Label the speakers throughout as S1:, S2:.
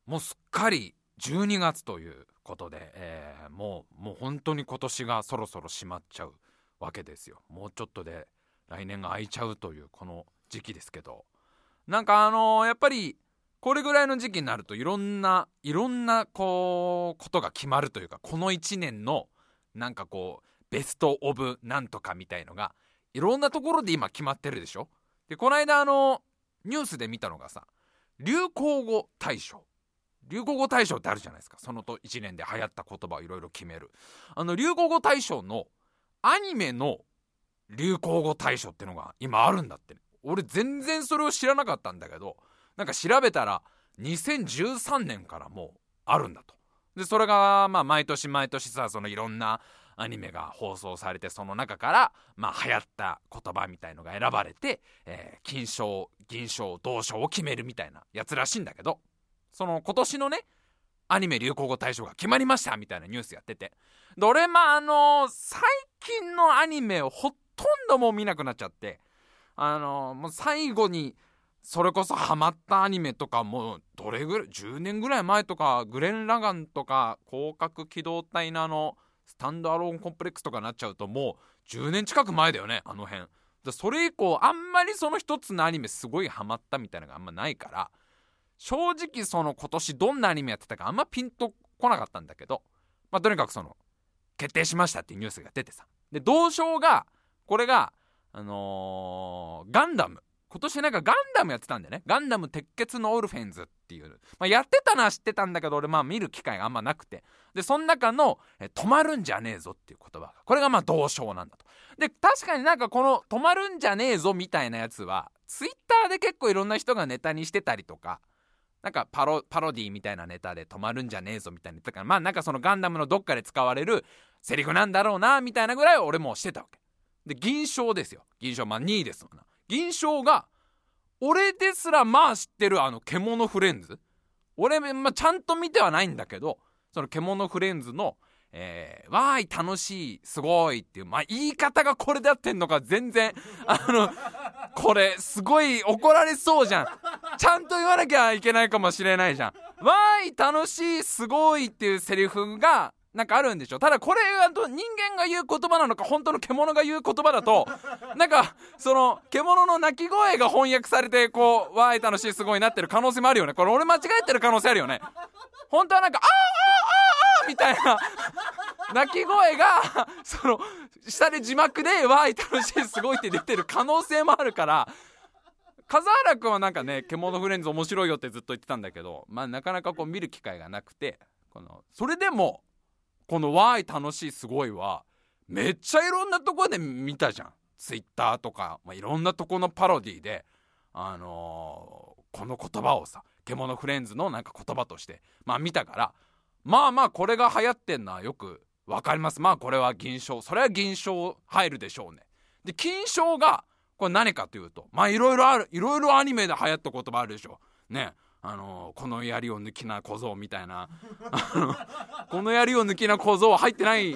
S1: もうすっかり12月ということで、もう本当に今年がそろそろ閉まっちゃうわけですよ。もうちょっとで来年が空いちゃうというこの時期ですけど、なんかやっぱりこれぐらいの時期になるといろんなことが決まるというか、この1年のなんかベストオブなんとかみたいのがいろんなところで今決まってるでしょ。でこの間ニュースで見たのがさ、流行語大賞ってあるじゃないですか。その1年で流行った言葉をいろいろ決める流行語大賞のアニメの流行語大賞ってのが今あるんだって、ね、俺全然それを知らなかったんだけど、なんか調べたら2013年からもうあるんだと。でそれが毎年さ、そのいろんなアニメが放送されて、その中から流行った言葉みたいのが選ばれて、金賞銀賞銅賞を決めるみたいなやつらしいんだけど、その今年のねアニメ流行語大賞が決まりましたみたいなニュースやってて、で俺最近のアニメをほとんどもう見なくなっちゃって、もう最後にそれこそハマったアニメとかもうどれぐらい10年ぐらい前とか、グレン・ラガンとか広角機動隊のスタンドアローンコンプレックスとかになっちゃうともう10年近く前だよね、あの辺で。それ以降あんまりその一つのアニメすごいハマったみたいなのがあんまないから、正直その今年どんなアニメやってたかあんまピンとこなかったんだけど、とにかくその決定しましたっていうニュースが出てさ、で銅賞がこれがガンダム、今年なんかガンダムやってたんだよね。ガンダム鉄血のオルフェンズっていう、やってたのは知ってたんだけど俺見る機会があんまなくて、でその中の止まるんじゃねえぞっていう言葉が、これが銅賞なんだと。で確かになんかこの止まるんじゃねえぞみたいなやつはツイッターで結構いろんな人がネタにしてたりとか、なんかパロディみたいなネタで止まるんじゃねえぞみたいな、だからなんかそのガンダムのどっかで使われるセリフなんだろうなみたいなぐらい俺もしてたわけで、銀賞ですよ。銀賞2位ですもんな。銀賞が俺ですら知ってる獣フレンズ、俺ちゃんと見てはないんだけど、その獣フレンズのわーい楽しいすごいっていう言い方がこれでやってんのか全然これすごい怒られそうじゃん。ちゃんと言わなきゃいけないかもしれないじゃん。わーい楽しいすごいっていうセリフがなんかあるんでしょ。ただこれは人間が言う言葉なのか本当の獣が言う言葉だとなんかその獣の鳴き声が翻訳されてわーい楽しいすごいになってる可能性もあるよね。これ俺間違えてる可能性あるよね。本当はなんかあーみたいな鳴き声がその下で字幕でわーい楽しいすごいって出てる可能性もあるから、風原くんはなんかね獣フレンズ面白いよってずっと言ってたんだけど、なかなか見る機会がなくて、それでもこのわーい楽しいすごいはめっちゃいろんなとこで見たじゃん。ツイッターとか、いろんなとこのパロディでこの言葉をさ獣フレンズのなんか言葉として見たから、これが流行ってんのはよくわかります。これは銀賞、それは銀賞入るでしょうね。で金賞がこれ何かというと、いろいろある、いろいろアニメで流行った言葉あるでしょね。この槍を抜きな小僧みたいなこの槍を抜きな小僧入ってないの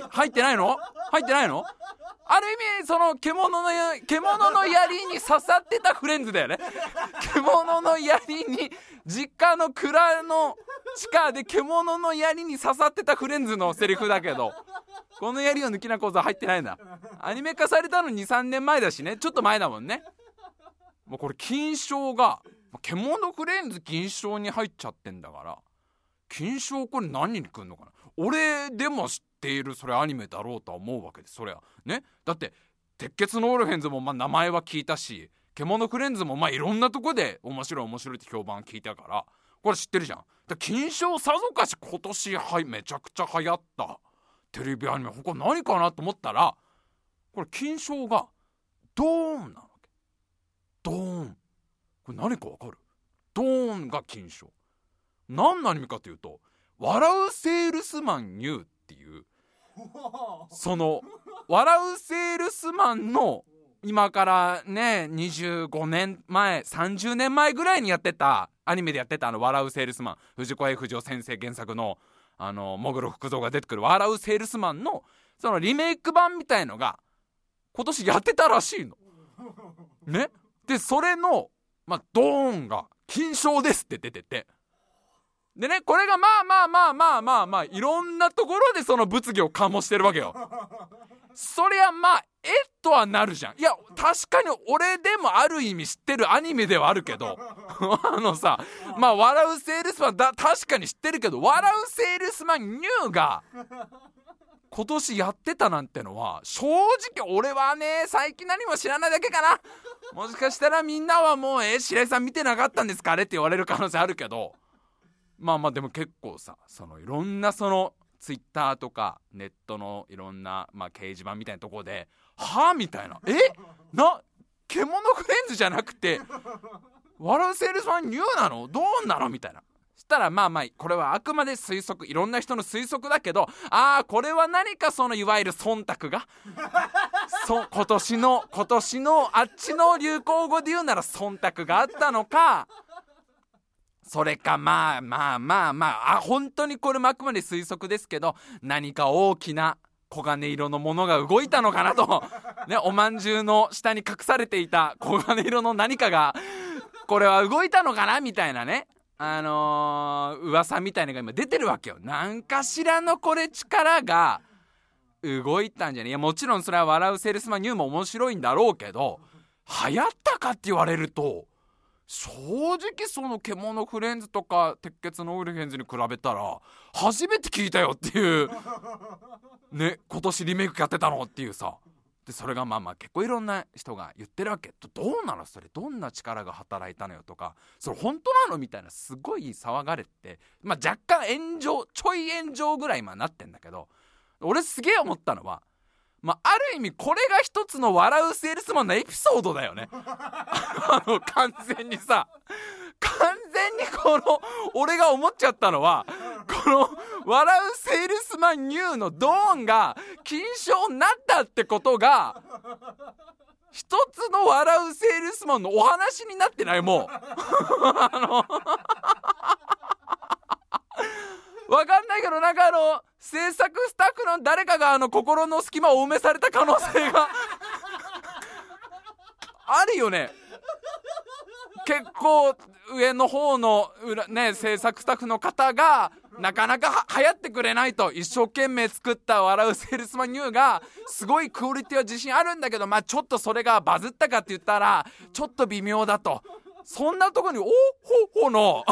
S1: ある意味その獣の槍に刺さってたフレンズだよね。獣の槍に実家の蔵の地下で獣の槍に刺さってたフレンズのセリフだけど、この槍を抜きな小僧入ってないんだ。アニメ化されたの 2,3 年前だしね、ちょっと前だもんね。もうこれ金賞が獣フレンズ銀賞に入っちゃってんだから、金賞これ何に来んのかな。俺でも知っているそれアニメだろうとは思うわけです。そりゃね、だって鉄血のオルフェンズも名前は聞いたし、獣フレンズもいろんなとこで面白いって評判聞いたから、これ知ってるじゃん。金賞さぞかし今年めちゃくちゃ流行ったテレビアニメ他何かなと思ったら、これ金賞がドーンなわけ。ドーン、これ何かわかる？ドーンが金賞。何のアニメかというと、笑うセールスマン U っていう、その笑うセールスマンの今からね25年前30年前ぐらいにやってたアニメでやってた笑うセールスマン、藤子 F 不二雄先生原作のもぐろ福蔵が出てくる笑うセールスマンのそのリメイク版みたいのが今年やってたらしいのね。でそれのドーンが金賞ですって出てて、 でね、これがまあいろんなところでその物議を醸してるわけよ。そりゃまあとはなるじゃん。いや確かに俺でもある意味知ってるアニメではあるけどさ、まあ笑うセールスマン確かに知ってるけど、笑うセールスマンニューが今年やってたなんてのは、正直俺はね、最近何も知らないだけかな。もしかしたらみんなはもう白井さん見てなかったんですかあれって言われる可能性あるけど、まあでも結構さ、そのいろんなそのツイッターとかネットのいろんな掲示板みたいなところでみたいな、獣フレンズじゃなくて笑うセールスマンニューなのどうなのみたいな。したらこれはあくまで推測、いろんな人の推測だけど、これは何かそのいわゆる忖度が今年のあっちの流行語で言うなら忖度があったのか、それか本当にこれもあくまで推測ですけど、何か大きな黄金色のものが動いたのかなとね、おまんじゅうの下に隠されていた黄金色の何かがこれは動いたのかなみたいなね、噂みたいなのが今出てるわけよ。なんかしらのこれ力が動いたんじゃね。いやもちろんそれは笑うセールスマンニューも面白いんだろうけど、流行ったかって言われると正直その獣フレンズとか鉄血のウルフェンズに比べたら初めて聞いたよっていうね、今年リメイクやってたのっていうさ。でそれが結構いろんな人が言ってるわけ。どうなのそれ、どんな力が働いたのよとか、それ本当なのみたいなすごい騒がれて、若干炎上、ちょい炎上ぐらいなってんだけど、俺すげえ思ったのは、ある意味これが一つの笑うセールスマンのエピソードだよね完全にこの俺が思っちゃったのは、この笑うセールスマンニューのドーンが金賞になったってことが一つの笑うセールスマンのお話になってない？もうわかんないけど、制作スタッフの誰かが心の隙間を埋めされた可能性があるよね。結構上の方の制作スタッフの方がなかなか流行ってくれないと、一生懸命作った笑うセールスマンニューがすごいクオリティは自信あるんだけど、ちょっとそれがバズったかって言ったらちょっと微妙だと。そんなとこにおほほの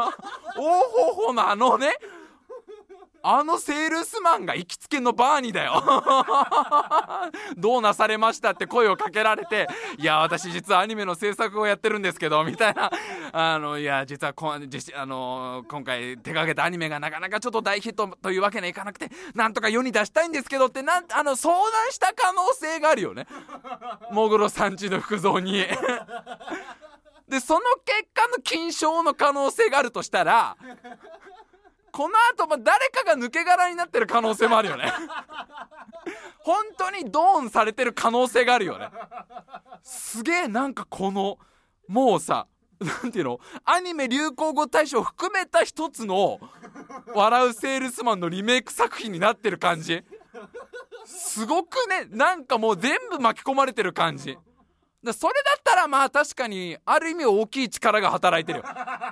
S1: セールスマンが行きつけのバーにだよどうなされましたって声をかけられて、いや私実はアニメの制作をやってるんですけどみたいな、いや実は今回手掛けたアニメがなかなかちょっと大ヒットというわけにはいかなくて、なんとか世に出したいんですけどって相談した可能性があるよねもぐろさんちの福蔵にでその結果の金賞の可能性があるとしたら、この後誰かが抜け殻になってる可能性もあるよね本当にドーンされてる可能性があるよね。すげえこのもうさ、なんていうの、アニメ流行語大賞を含めた一つの笑うセールスマンのリメイク作品になってる感じ、すごくね、もう全部巻き込まれてる感じ。それだったら確かにある意味大きい力が働いてるよ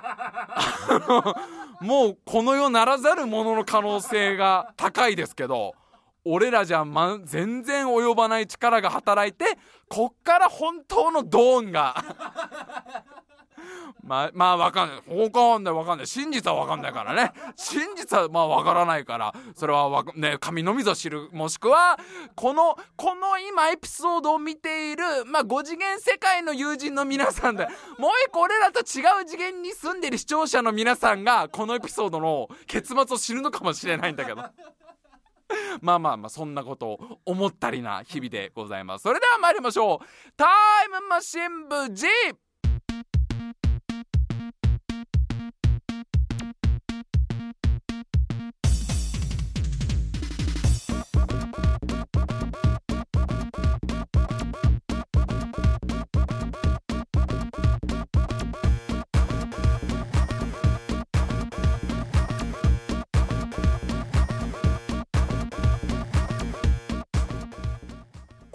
S1: もうこの世ならざるものの可能性が高いですけど、俺らじゃ全然及ばない力が働いて、こっから本当のドーンがわかんない、真実はわかんないからね。真実はわからないから、それは神のみぞ知る。もしくはこの今エピソードを見ている5次元世界の友人の皆さんで、もう一個俺らと違う次元に住んでる視聴者の皆さんがこのエピソードの結末を知るのかもしれないんだけどそんなことを思ったりな日々でございます。それでは参りましょう。タイムマシン部 G。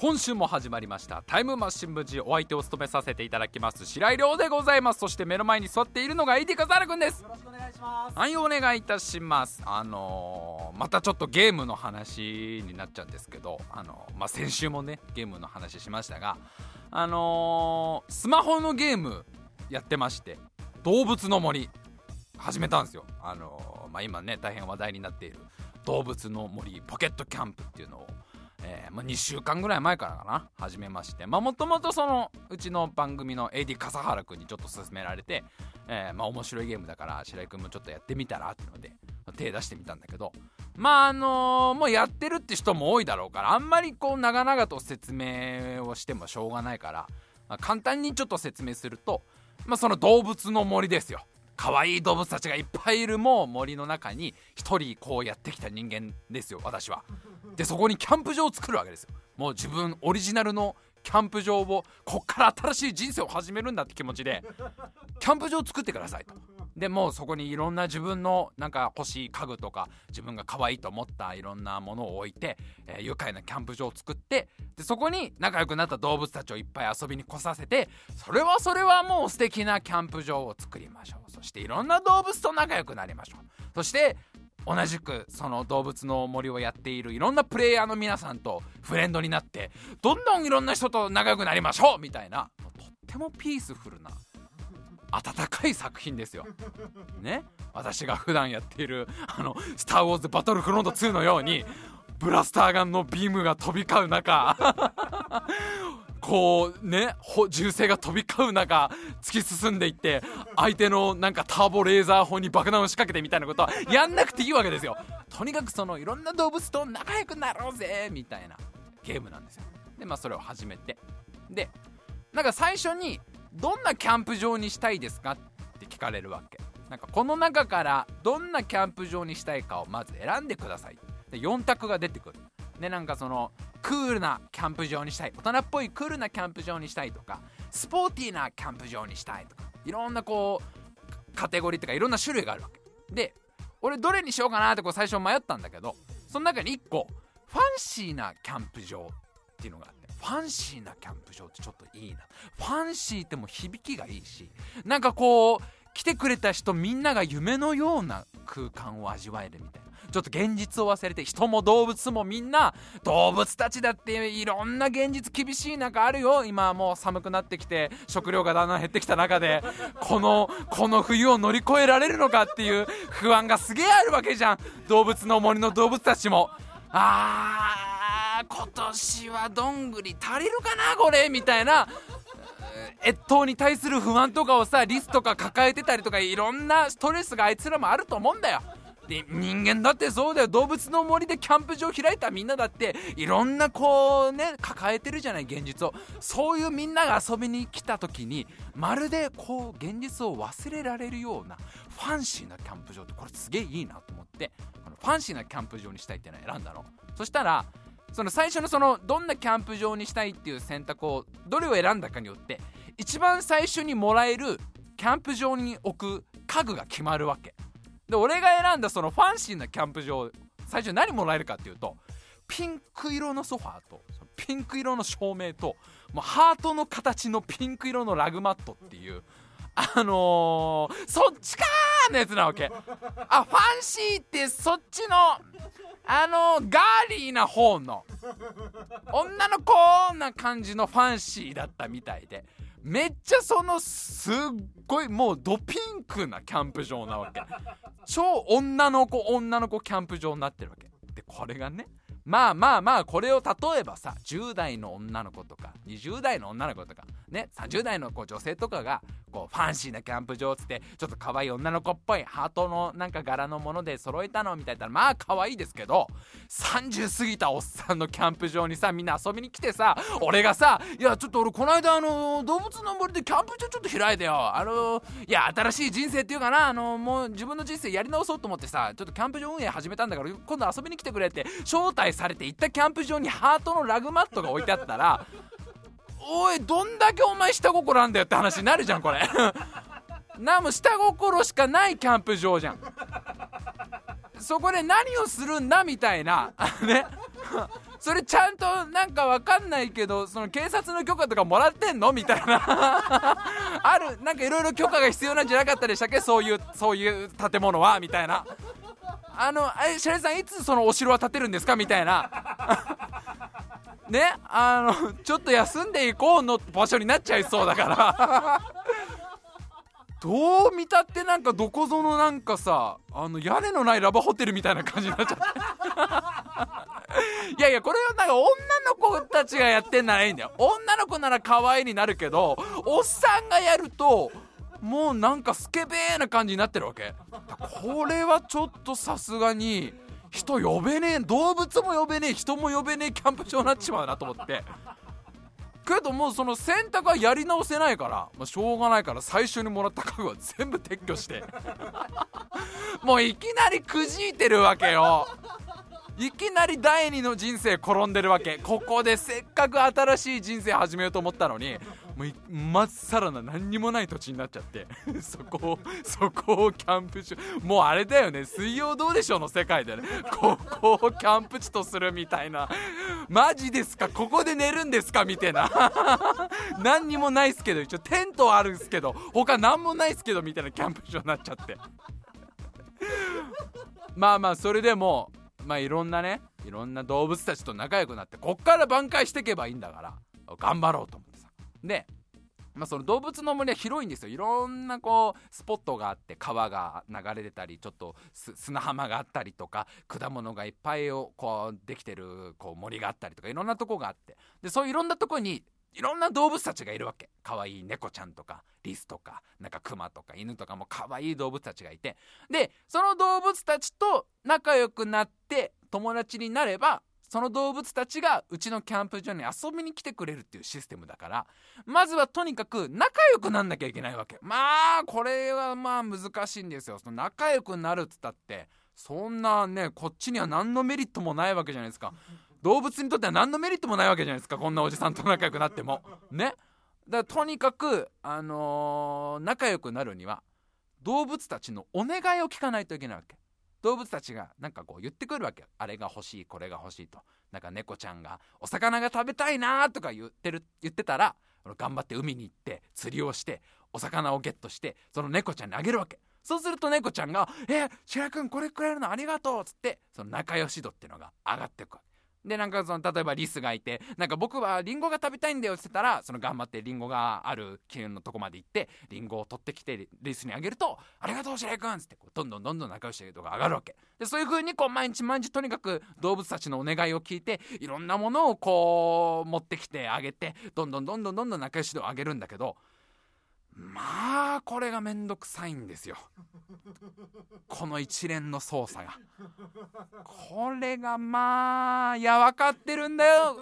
S1: 今週も始まりましたタイムマシン部 G、お相手を務めさせていただきます白井亮でございます。そして目の前に座っているのが AD 笠原くんです。
S2: よろしくお願いします。
S1: はい、お願いいたします。またちょっとゲームの話になっちゃうんですけど、先週もねゲームの話しましたが、スマホのゲームやってまして、動物の森始めたんですよ。今ね大変話題になっている動物の森ポケットキャンプっていうのを、2週間ぐらい前からかな始めまして、もともとそのうちの番組の AD 笠原くんにちょっと勧められて、面白いゲームだから白井くんもちょっとやってみたらっていうので手出してみたんだけど、もうやってるって人も多いだろうから、あんまりこう長々と説明をしてもしょうがないから、簡単にちょっと説明すると、その動物の森ですよ。可愛い動物たちがいっぱいいるもう森の中に一人こうやってきた人間ですよ、私は。でそこにキャンプ場を作るわけですよ。もう自分オリジナルのキャンプ場を、こっから新しい人生を始めるんだって気持ちでキャンプ場を作ってくださいと。でもうそこにいろんな自分のなんか欲しい家具とか自分が可愛いと思ったいろんなものを置いて、愉快なキャンプ場を作って、でそこに仲良くなった動物たちをいっぱい遊びに来させて、それはもう素敵なキャンプ場を作りましょう。そしていろんな動物と仲良くなりましょう。そして同じくその動物の森をやっているいろんなプレイヤーの皆さんとフレンドになって、どんどんいろんな人と仲良くなりましょうみたいな、とってもピースフルな温かい作品ですよね。私が普段やっているスターウォーズバトルフロント2のようにブラスターガンのビームが飛び交う中こうね銃声が飛び交う中突き進んでいって、相手のなんかターボレーザー砲に爆弾を仕掛けてみたいなことはやんなくていいわけですよ。とにかくそのいろんな動物と仲良くなろうぜみたいなゲームなんですよ。でそれを始めて、でなんか最初にどんなキャンプ場にしたいですかって聞かれるわけ。なんかこの中からどんなキャンプ場にしたいかをまず選んでください。で4択が出てくる。でなんかそのクールなキャンプ場にしたい、大人っぽいクールなキャンプ場にしたいとか、スポーティーなキャンプ場にしたいとか、いろんなこうカテゴリーとかいろんな種類があるわけで、俺どれにしようかなってこう最初迷ったんだけど、その中に1個ファンシーなキャンプ場っていうのがあって、ファンシーなキャンプ場ってちょっといいな。ファンシーってもう響きがいいし、なんかこう来てくれた人みんなが夢のような空間を味わえるみたいな、ちょっと現実を忘れて、人も動物もみんな、動物たちだっていろんな現実厳しい中あるよ。今もう寒くなってきて食料がだんだん減ってきた中でこの冬を乗り越えられるのかっていう不安がすげえあるわけじゃん。動物の森の動物たちも今年はどんぐり足りるかなこれみたいな越冬に対する不安とかをさ、リスとか抱えてたりとか、いろんなストレスがあいつらもあると思うんだよ。で人間だってそうだよ。動物の森でキャンプ場開いたみんなだっていろんなこうね抱えてるじゃない、現実を。そういうみんなが遊びに来た時にまるでこう現実を忘れられるようなファンシーなキャンプ場って、これすげえいいなと思って、このファンシーなキャンプ場にしたいっていうのを選んだの。そしたらその最初のそのどんなキャンプ場にしたいっていう選択をどれを選んだかによって一番最初にもらえるキャンプ場に置く家具が決まるわけで、俺が選んだそのファンシーなキャンプ場、最初何もらえるかっていうと、ピンク色のソファーとピンク色の照明と、もうハートの形のピンク色のラグマットっていうそっちかーのやつなわけ。ファンシーってそっちのガーリーな方の女の子な感じのファンシーだったみたいで、めっちゃそのすっごいもうドピンクなキャンプ場なわけ。超女の子キャンプ場になってるわけで、これがねまあこれを例えばさ、10代の女の子とか20代の女の子とかね、30代の女性とかがこうファンシーなキャンプ場つってちょっと可愛い女の子っぽいハートのなんか柄のもので揃えたのみたいな、まあ可愛いですけど、30過ぎたおっさんのキャンプ場にさみんな遊びに来てさ、俺がさ、いやちょっと俺この間動物の森でキャンプ場ちょっと開いてよ、いや新しい人生っていうかな、もう自分の人生やり直そうと思ってさ、ちょっとキャンプ場運営始めたんだから今度遊びに来てくれって招待されて行ったキャンプ場にハートのラグマットが置いてあったらおいどんだけお前下心なんだよって話になるじゃんこれもう下心しかないキャンプ場じゃん。そこで何をするんだみたいなねそれちゃんとなんかわかんないけど、その警察の許可とかもらってんのみたいなある、なんかいろいろ許可が必要なんじゃなかったでしたっけ、そういう建物はみたいな、白井さんいつそのお城は建てるんですかみたいなね、ちょっと休んでいこうの場所になっちゃいそうだからどう見たってなんかどこぞのなんかさ、屋根のないラブホテルみたいな感じになっちゃっていやいや、これはなんか女の子たちがやってんならいいんだよ。女の子なら可愛いになるけど、おっさんがやるともうなんかスケベーな感じになってるわけ。これはちょっとさすがに人呼べねえ、動物も呼べねえ、人も呼べねえキャンプ場になっちまうなと思って。けどもうその選択はやり直せないから、しょうがないから最初にもらった家具は全部撤去してもういきなりくじいてるわけよ。いきなり第二の人生転んでるわけ。ここでせっかく新しい人生始めようと思ったのに、もうまっさらな何にもない土地になっちゃってそこをキャンプ場、もうあれだよね、水曜どうでしょうの世界でね、ここをキャンプ地とするみたいな、マジですか、ここで寝るんですかみたいな何にもないっすけど、一応テントはあるんすけど他何もないっすけどみたいなキャンプ場になっちゃってまあそれでもいろんな動物たちと仲良くなって、こっから挽回していけばいいんだから頑張ろうと思ってさ。で、その動物の森は広いんですよ。いろんなこうスポットがあって、川が流れてたり、ちょっと砂浜があったりとか、果物がいっぱいこうできてるこう森があったりとか、いろんなとこがあって、でそういういろんなとこにいろんな動物たちがいるわけ。可愛い猫ちゃんとかリスとかなんかクマとか犬とかも可愛い動物たちがいて、でその動物たちと仲良くなって友達になれば、その動物たちがうちのキャンプ場に遊びに来てくれるっていうシステムだから、まずはとにかく仲良くなんなきゃいけないわけ。これは難しいんですよ。その仲良くなるっつったってそんなね、こっちには何のメリットもないわけじゃないですか。動物にとっては何のメリットもないわけじゃないですか、こんなおじさんと仲良くなってもね。だからとにかく仲良くなるには動物たちのお願いを聞かないといけないわけ。動物たちがなんかこう言ってくるわけ。あれが欲しい、これが欲しいと。なんか猫ちゃんがお魚が食べたいなとか言ってたら、頑張って海に行って釣りをしてお魚をゲットしてその猫ちゃんにあげるわけ。そうすると猫ちゃんが白井くんこれくれるのありがとうっつって、その仲良し度っていうのが上がっていくわけで、なんかその例えばリスがいて、なんか僕はリンゴが食べたいんだよって言ってたら、その頑張ってリンゴがある木のとこまで行ってリンゴを取ってきてリスにあげると、ありがとう白井くんっつってどんどん仲良し度が上がるわけで、そういう風にこう毎日とにかく動物たちのお願いを聞いて、いろんなものをこう持ってきてあげて、どんどん仲良し度を上げるんだけど、これがめんどくさいんですよこの一連の操作が。これがいや分かってるんだよ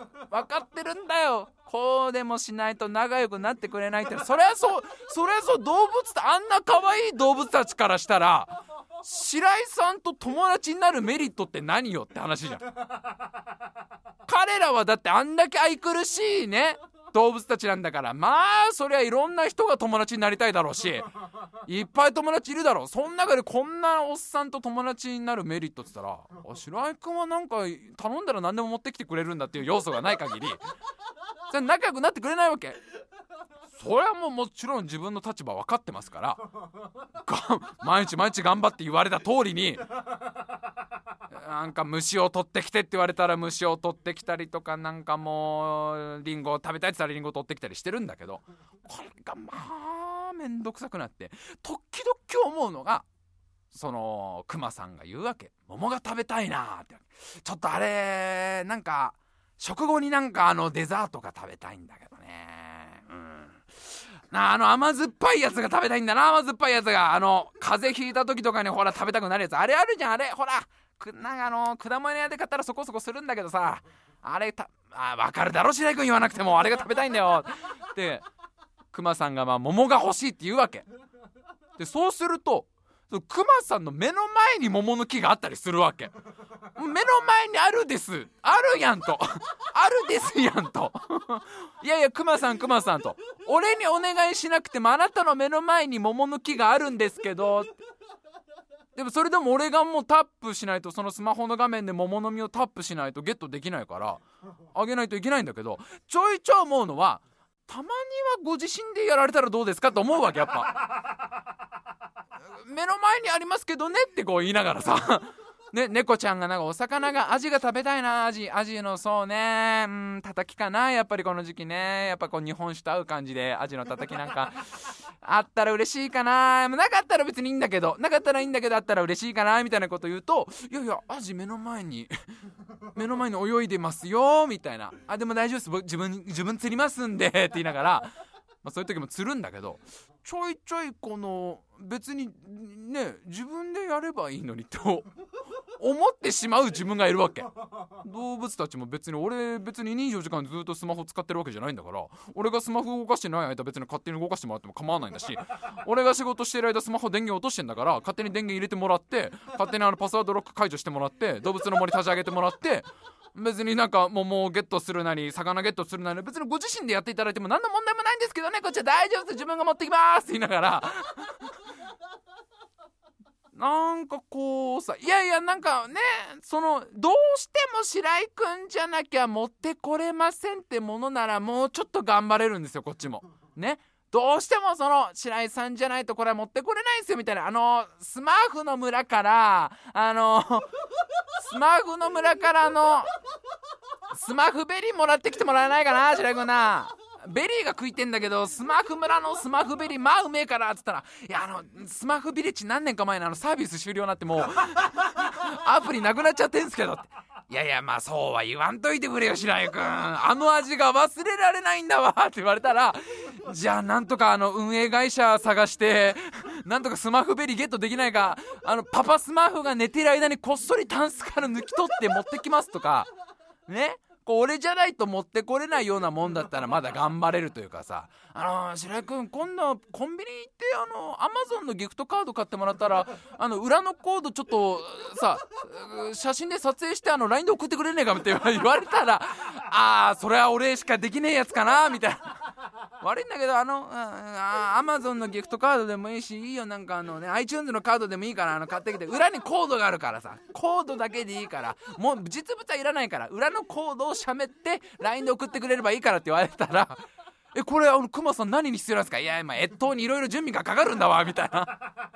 S1: こうでもしないと仲良くなってくれないって。そりゃそう動物あんな可愛い動物たちからしたら、白井さんと友達になるメリットって何よって話じゃん。彼らはだってあんだけ愛くるしいね動物たちなんだから、そりゃいろんな人が友達になりたいだろうし、いっぱい友達いるだろう。その中でこんなおっさんと友達になるメリットって言ったら、白井くんはなんか頼んだら何でも持ってきてくれるんだっていう要素がない限り仲良くなってくれないわけ。それはもちろん自分の立場分かってますから、毎日頑張って言われた通りに、なんか虫を取ってきてって言われたら虫を取ってきたりとか、なんかもうリンゴを食べたいって言ったらリンゴを取ってきたりしてるんだけど、これがめんどくさくなって、時々思うのが、そのクマさんが言うわけ。桃が食べたいなって。ちょっとあれなんか食後になんかデザートが食べたいんだけどね。甘酸っぱいやつが食べたいんだな。甘酸っぱいやつが風邪ひいた時とかにほら食べたくなるやつ、あれあるじゃん。あれほらなんか果物屋で買ったらそこそこするんだけどさ、あれ分かるだろ白井君、言わなくてもあれが食べたいんだよってクマさんが桃が欲しいって言うわけで、そうするとクマさんの目の前に桃の木があったりするわけ。目の前にあるやんとあるですやんといやクマさんと、俺にお願いしなくてもあなたの目の前に桃の木があるんですけど。 でもそれでも俺がもうタップしないと、そのスマホの画面で桃の実をタップしないとゲットできないからあげないといけないんだけど、ちょいちょい思うのは、たまにはご自身でやられたらどうですかと思うわけ。やっぱ目の前にありますけどねってこう言いながらさね、猫ちゃんがなんかお魚がアジが食べたいな、アジのそうね、たたきかな、やっぱりこの時期ね、やっぱこう日本酒と合う感じでアジのたたきなんかあったら嬉しいかな、なかったら別にいいんだけど、あったら嬉しいかなみたいなこと言うと、いやいやアジ目の前に泳いでますよみたいな、でも大丈夫です、自分釣りますんでって言いながら、そういう時も釣るんだけど、ちょいちょいこの別にね自分でやればいいのにと思ってしまう自分がいるわけ。動物たちも別に24時間ずっとスマホ使ってるわけじゃないんだから、俺がスマホ動かしてない間別に勝手に動かしてもらっても構わないんだし、俺が仕事してる間スマホ電源落としてんだから勝手に電源入れてもらって、勝手にパスワードロック解除してもらって、動物の森立ち上げてもらって、別になんかもうゲットするなり魚ゲットするなり別にご自身でやっていただいても何の問題もないんですけどね、こっちは大丈夫です、自分が持ってきますって言いながらなんかこうさ、いやいやなんかね、そのどうしても白井くんじゃなきゃ持ってこれませんってものならもうちょっと頑張れるんですよ、こっちもね。どうしてもその白井さんじゃないとこれは持ってこれないんですよみたいな、スマーフの村からスマーフベリーもらってきてもらえないかな、白井くんな。ベリーが食いてんだけど、スマーフ村のスマーフベリーうめえからっつったら、いやスマーフビレッジ何年か前のサービス終了になってもうアプリなくなっちゃってんすけどって。いやいやそうは言わんといてくれよ白井くん、味が忘れられないんだわって言われたら、じゃあなんとか運営会社探してなんとかスマーフベリーゲットできないか、パパスマーフが寝てる間にこっそりタンスから抜き取って持ってきますとかね、俺じゃないと持ってこれないようなもんだったらまだ頑張れるというかさ、白井君今度コンビニ行ってアマゾンのギフトカード買ってもらったら裏のコードちょっとさ写真で撮影してLINE で送ってくれねえかって言われたらそれは俺しかできねえやつかなみたいな。悪いんだけどアマゾンのギフトカードでもいいし、いいよなんかiTunes のカードでもいいから買ってきて、裏にコードがあるからさ、コードだけでいいからもう実物はいらないから、裏のコードをしゃべって LINE で送ってくれればいいからって言われたらこれクマさん何に必要なんですか、いや越冬にいろいろ準備がかかるんだわみたいな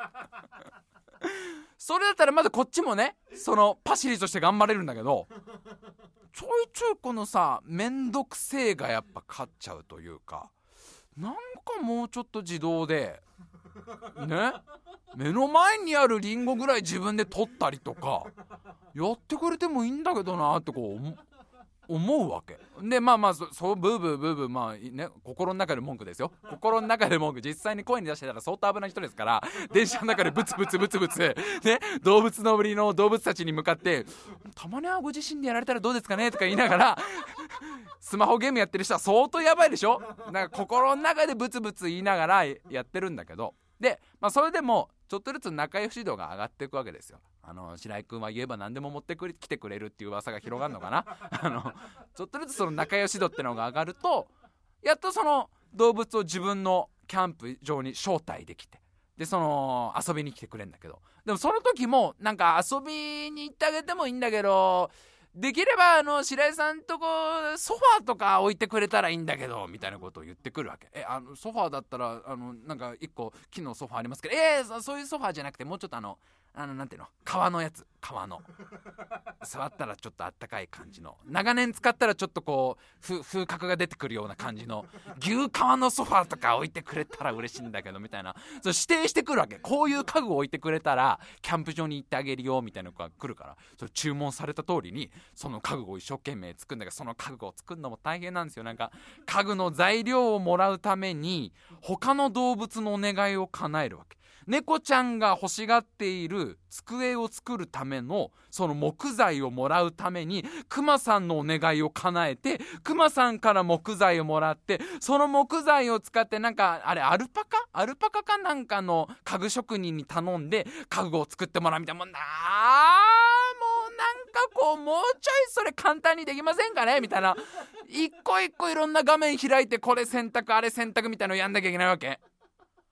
S1: それだったらまだこっちもねそのパシリとして頑張れるんだけど、ちょいちょいこのさめんどくせえがやっぱ勝っちゃうというか、なんかもうちょっと自動でね、目の前にあるリンゴぐらい自分で取ったりとかやってくれてもいいんだけどなってこう思うわけで、そうブーブーね、心の中で文句ですよ、心の中で文句。実際に声に出してたら相当危ない人ですから、電車の中でブツブツね、動物の森の動物たちに向かってたまにはご自身でやられたらどうですかねとか言いながらスマホゲームやってる人は相当やばいでしょ。なんか心の中でブツブツ言いながらやってるんだけど、で、それでもちょっとずつ仲良し度が上がっていくわけですよ。白井くんは言えば何でも持ってきてくれるっていう噂が広がるのかなちょっとずつその仲良し度ってのが上がると、やっとその動物を自分のキャンプ場に招待できて、でその遊びに来てくれるんだけど、でもその時もなんか遊びに行ってあげてもいいんだけど、できれば白井さんとこソファーとか置いてくれたらいいんだけどみたいなことを言ってくるわけ。ソファーだったらなんか一個木のソファーありますけど、そういうソファーじゃなくてもうちょっとなんていうの、革のやつ、革の座ったらちょっとあったかい感じの、長年使ったらちょっとこう風格が出てくるような感じの牛革のソファーとか置いてくれたら嬉しいんだけどみたいな、それ指定してくるわけ。こういう家具を置いてくれたらキャンプ場に行ってあげるよみたいなのが来るから、それ注文された通りにその家具を一生懸命作るんだけど、その家具を作るのも大変なんですよ。なんか家具の材料をもらうために他の動物のお願いを叶えるわけ。猫ちゃんが欲しがっている机を作るためのその木材をもらうためにクマさんのお願いを叶えて、クマさんから木材をもらって、その木材を使ってなんかあれアルパカかなんかの家具職人に頼んで家具を作ってもらうみたいなもんな。もうなんかこうもうちょいそれ簡単にできませんかねみたいな、一個一個いろんな画面開いてこれ選択あれ選択みたいなのやんなきゃいけないわけ。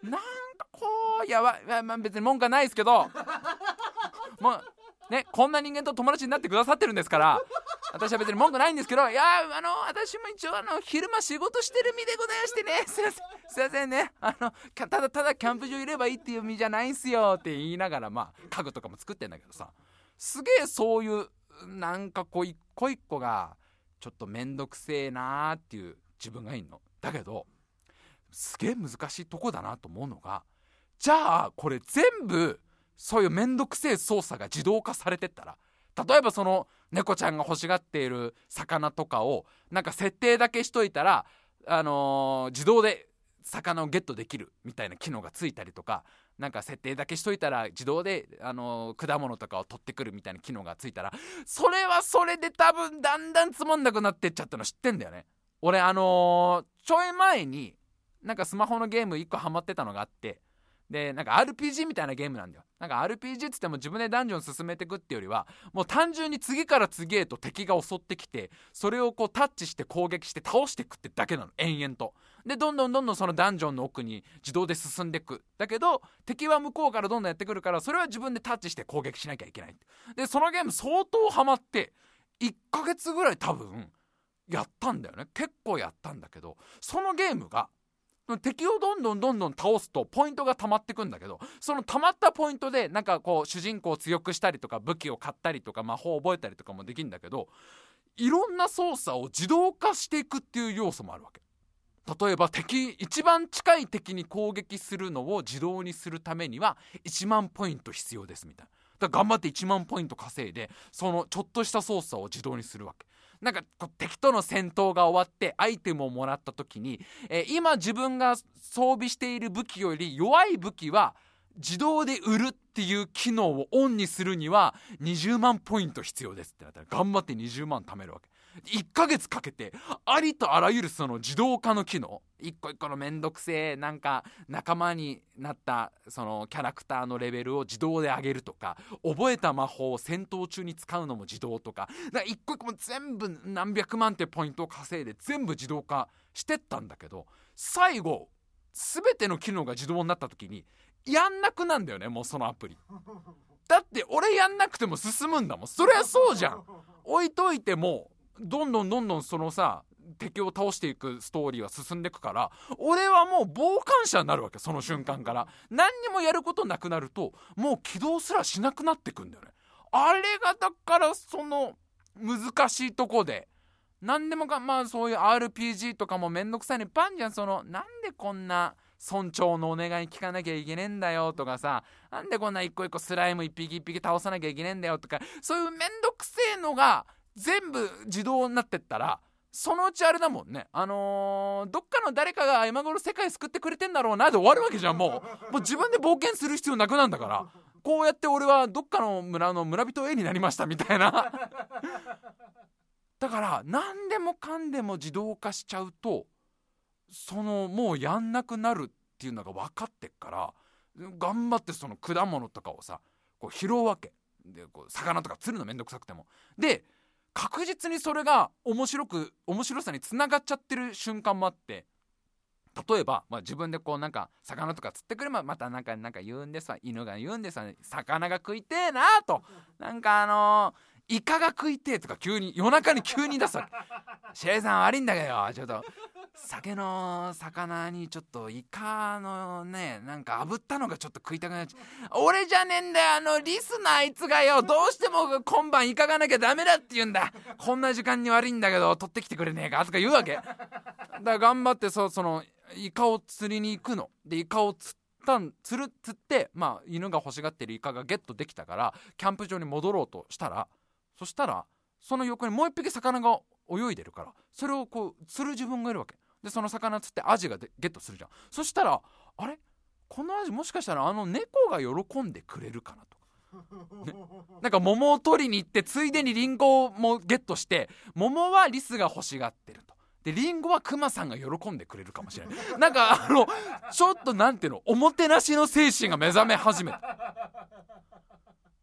S1: なんかこうまあ別に文句はないですけどもうね、こんな人間と友達になってくださってるんですから私は別に文句ないんですけど、いや私も一応昼間仕事してる身でございましてね、すいませんね、ただキャンプ場いればいいっていう身じゃないんすよって言いながら、まあ家具とかも作ってんだけどさ、すげえそういうなんかこう一個一個がちょっとめんどくせえなーっていう自分がいんの。だけどすげえ難しいとこだなと思うのが、じゃあこれ全部そういうめんどくせえ操作が自動化されてったら、例えばその猫ちゃんが欲しがっている魚とかをなんか設定だけしといたら、自動で魚をゲットできるみたいな機能がついたりとか、なんか設定だけしといたら自動で果物とかを取ってくるみたいな機能がついたら、それはそれで多分だんだんつまんなくなってっちゃったの知ってんだよね。俺ちょい前になんかスマホのゲーム1個ハマってたのがあって、でなんか RPG みたいなゲームなんだよ。なんか RPG っつっても自分でダンジョン進めていくっていうよりは、もう単純に次から次へと敵が襲ってきて、それをこうタッチして攻撃して倒していくってだけなの、延々と。でどんどんそのダンジョンの奥に自動で進んでいく。だけど敵は向こうからどんどんやってくるから、それは自分でタッチして攻撃しなきゃいけない。でそのゲーム相当ハマって1ヶ月ぐらい多分やったんだよね。結構やったんだけど、そのゲームが敵をどんどん倒すとポイントが溜まってくんだけど、その溜まったポイントでなんかこう主人公を強くしたりとか武器を買ったりとか魔法を覚えたりとかもできるんだけど、いろんな操作を自動化していくっていう要素もあるわけ。例えば一番近い敵に攻撃するのを自動にするためには1万ポイント必要ですみたいな。だから頑張って1万ポイント稼いでそのちょっとした操作を自動にするわけ。なんか敵との戦闘が終わってアイテムをもらった時に、今自分が装備している武器より弱い武器は自動で売るっていう機能をオンにするには20万ポイント必要ですってなったら、頑張って20万貯めるわけ。1ヶ月かけてありとあらゆるその自動化の機能、一個一個のめんどくせえなんか仲間になったそのキャラクターのレベルを自動で上げるとか、覚えた魔法を戦闘中に使うのも自動とか、一個一個も全部何百万ってポイントを稼いで全部自動化してったんだけど、最後全ての機能が自動になった時にやんなくなんだよね。もうそのアプリだって俺やんなくても進むんだもん。そりゃそうじゃん。置いといてもどんどんそのさ敵を倒していくストーリーは進んでいくから、俺はもう傍観者になるわけ。その瞬間から何にもやることなくなるともう起動すらしなくなってくんだよね。あれがだからその難しいとこで、何でもかまあそういう RPG とかもめんどくさいにパンじゃん。そのなんでこんな村長のお願い聞かなきゃいけねえんだよとかさ、なんでこんな一個一個スライム一匹一匹倒さなきゃいけねえんだよとか、そういうめんどくせえのが全部自動になってったら、そのうちあれだもんね、どっかの誰かが今頃世界救ってくれてんだろうなで終わるわけじゃん。もう自分で冒険する必要なくなんだから、こうやって俺はどっかの村の村人 A になりましたみたいなだから何でもかんでも自動化しちゃうとそのもうやんなくなるっていうのが分かってっから、頑張ってその果物とかをさこう拾うわけで、こう魚とか釣るのめんどくさくても、で確実にそれが面白さにつながっちゃってる瞬間もあって、例えば、自分でこうなんか魚とか釣ってくればまたなんか言うんですわ、犬が言うんですわ、魚が食いてえなと、なんかイカが食いてえとか急に夜中に急に出すわけ。白井さん悪いんだけどちょっと酒の魚にちょっとイカのねなんか炙ったのがちょっと食いたくなっちゃう。俺じゃねえんだよ、リスのあいつがよどうしても今晩イカがなきゃダメだって言うんだ。こんな時間に悪いんだけど取ってきてくれねえかとか言うわけ。だから頑張ってそのイカを釣りに行くので、イカを釣って犬が欲しがってるイカがゲットできたからキャンプ場に戻ろうとしたら、そしたらその横にもう一匹魚が泳いでるから、それをこう釣る自分がいるわけで、その魚釣ってアジがゲットするじゃん。そしたらあれこのアジもしかしたら猫が喜んでくれるかなと、ね、なんか桃を取りに行ってついでにリンゴもゲットして、桃はリスが欲しがってると、でリンゴはクマさんが喜んでくれるかもしれない。なんかちょっとなんていうのおもてなしの精神が目覚め始めた。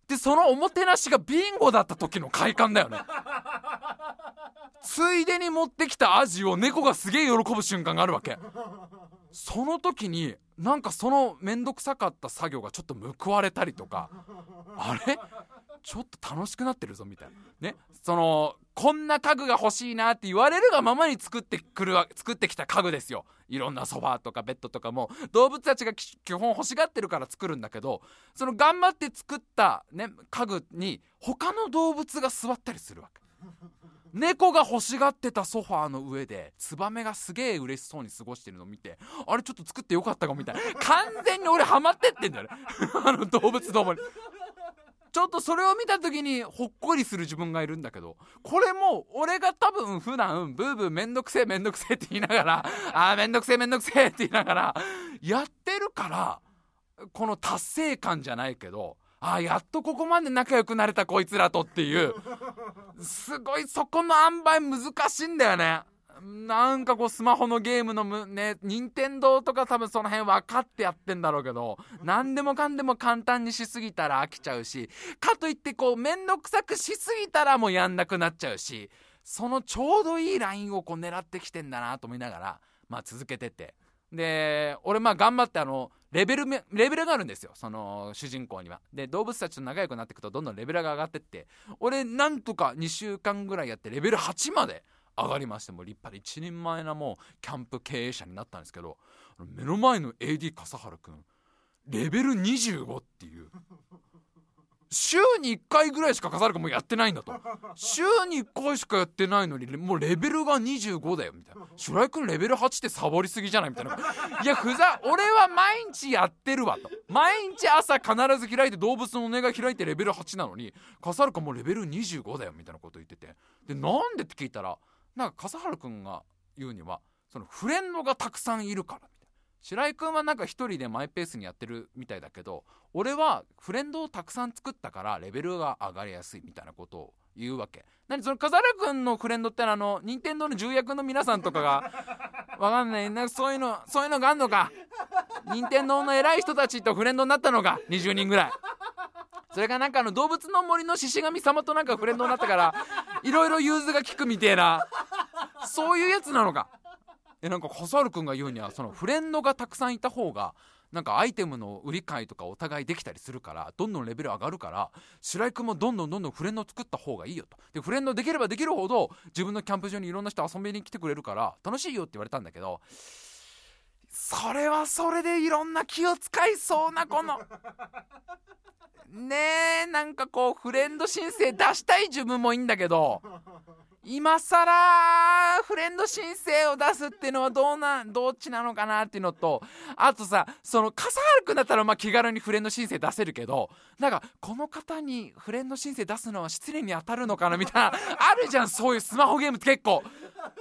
S1: でそのおもてなしがビンゴだった時の快感だよね。ついでに持ってきたアジを猫がすげえ喜ぶ瞬間があるわけ。その時になんかそのめんどくさかった作業がちょっと報われたりとか、あれちょっと楽しくなってるぞみたいなね。こんな家具が欲しいなって言われるがままに作ってきた家具ですよ。いろんなソファーとかベッドとかも動物たちが基本欲しがってるから作るんだけど、その頑張って作ったね家具に他の動物が座ったりするわけ。猫が欲しがってたソファーの上でツバメがすげえ嬉しそうに過ごしてるのを見て、あれちょっと作ってよかったかもみたいな、完全に俺ハマってってんだよね動物どもに。ちょっとそれを見た時にほっこりする自分がいるんだけど、これも俺が多分普段ブーブーめんどくせえって言いながらめんどくせえって言いながらやってるから、この達成感じゃないけど、やっとここまで仲良くなれたこいつらとっていう、すごいそこの塩梅難しいんだよね。なんかこうスマホのゲームのね、任天堂とか多分その辺分かってやってんだろうけど、何でもかんでも簡単にしすぎたら飽きちゃうし、かといってこうめんどくさくしすぎたらもうやんなくなっちゃうし、そのちょうどいいラインをこう狙ってきてんだなと思いながら続けてって、で俺頑張ってレベルがあるんですよ、その主人公には。で動物たちと仲良くなっていくとどんどんレベルが上がってって、俺なんとか2週間ぐらいやってレベル8まで上がりまして、もう立派で一人前なもうキャンプ経営者になったんですけど、目の前の AD 笠原くんレベル25っていう、週に1回ぐらいしか笠原くんもやってないんだと。週に1回しかやってないのにもうレベルが25だよみたいな。白井くんレベル8ってサボりすぎじゃないみたいな。いや俺は毎日やってるわと。毎日朝必ず開いて動物の根が開いてレベル8なのに、笠原くんもレベル25だよみたいなこと言ってて、でなんでって聞いたら、なんか笠原くんが言うにはそのフレンドがたくさんいるからみたいな。白井くんはなんか一人でマイペースにやってるみたいだけど、俺はフレンドをたくさん作ったからレベルが上がりやすいみたいなことを言うわけ。その笠原くんのフレンドって任天堂の重役の皆さんとかがわかんない、なんかそういうのがあんのか。任天堂の偉い人たちとフレンドになったのか、20人ぐらい。それがなんか動物の森の獅子神様となんかフレンドになったからいろいろ融通が利くみたいな、そういうやつなのか。なんか笠原くんが言うには、そのフレンドがたくさんいた方がなんかアイテムの売り買いとかお互いできたりするから、どんどんレベル上がるから、白井くんもどんどんフレンドを作った方がいいよと。でフレンドできればできるほど自分のキャンプ場にいろんな人遊びに来てくれるから楽しいよって言われたんだけど、それはそれでいろんな気を使いそうなこのねえ、なんかこうフレンド申請出したい自分もいいんだけど、今さらフレンド申請を出すっていうのはどっちなのかなっていうのと、あとさ、その笠原くんだったら気軽にフレンド申請出せるけど、なんかこの方にフレンド申請出すのは失礼に当たるのかなみたいなあるじゃん、そういうスマホゲームって結構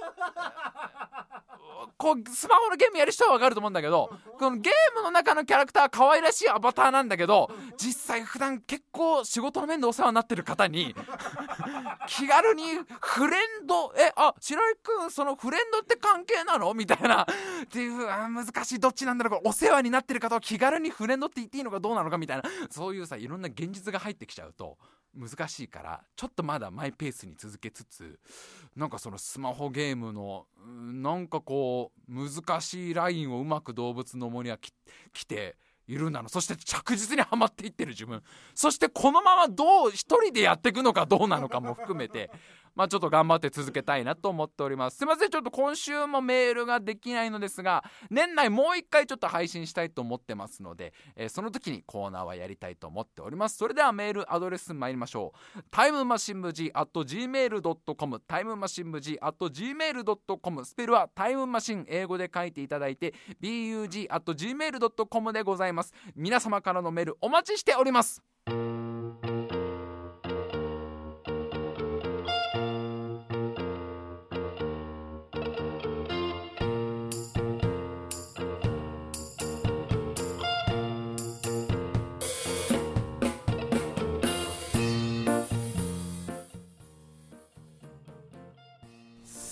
S1: こうスマホのゲームやる人は分かると思うんだけど、このゲームの中のキャラクターは可愛らしいアバターなんだけど、実際普段結構仕事の面でお世話になってる方に気軽にフレンド白井くんそのフレンドって関係なのみたいなっていう、難しい、どっちなんだろう、お世話になってる方は気軽にフレンドって言っていいのかどうなのかみたいな、そういうさいろんな現実が入ってきちゃうと難しいから、ちょっとまだマイペースに続けつつ、なんかそのスマホゲームのなんかこう難しいラインをうまく動物の森は来ているなの。そして着実にはまっていってる自分、そしてこのまま一人でやっていくのかどうなのかも含めてちょっと頑張って続けたいなと思っております。すいません、ちょっと今週もメールができないのですが、年内もう一回ちょっと配信したいと思ってますので、その時にコーナーはやりたいと思っております。それではメールアドレス参りましょう。タイムマシン部 G@gmail.com、 タイムマシン部 G@gmail.com、 スペルはタイムマシン英語で書いていただいて bug@gmail.com でございます。皆様からのメールお待ちしております。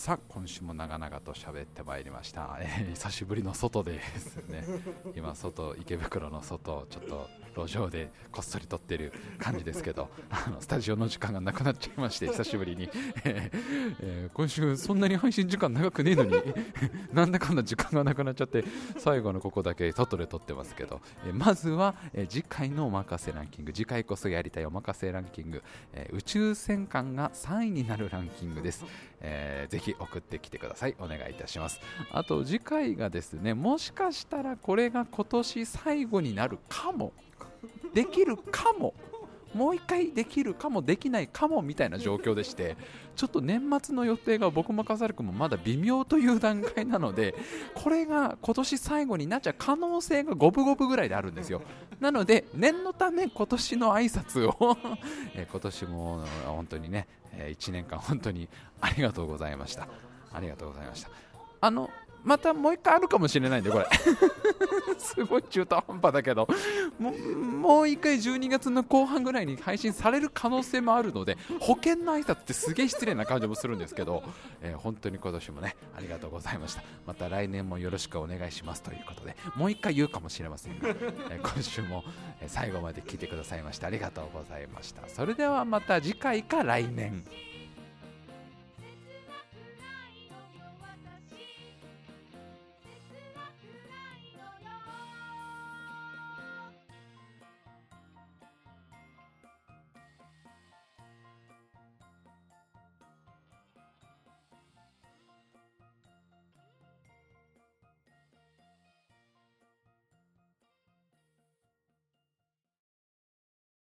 S1: さあ今週も長々と喋ってまいりました、久しぶりの外ですね今池袋の外ちょっと路上でこっそり撮ってる感じですけどスタジオの時間がなくなっちゃいまして久しぶりに、今週そんなに配信時間長くねえのになんだかんだ時間がなくなっちゃって最後のここだけ外で撮ってますけど、まずは、次回のおまかせランキング、次回こそやりたいおまかせランキング、宇宙戦艦が3位になるランキングです。ぜひ送ってきてください。お願いいたします。あと次回がですね、もしかしたらこれが今年最後になるかも、できるかも、もう一回できるかもできないかもみたいな状況でして、ちょっと年末の予定が僕も笠原君もまだ微妙という段階なので、これが今年最後になっちゃう可能性が五分五分ぐらいであるんですよ。なので念のため今年の挨拶を今年も本当にね、1年間本当にありがとうございました。ありがとうございました。またもう一回あるかもしれないんでこれすごい中途半端だけどもう一回12月の後半ぐらいに配信される可能性もあるので、保険の挨拶ってすげえ失礼な感じもするんですけど、本当に今年もねありがとうございました。また来年もよろしくお願いしますということで、もう一回言うかもしれませんが、今週も最後まで聞いてくださいましてありがとうございました。それではまた次回か来年。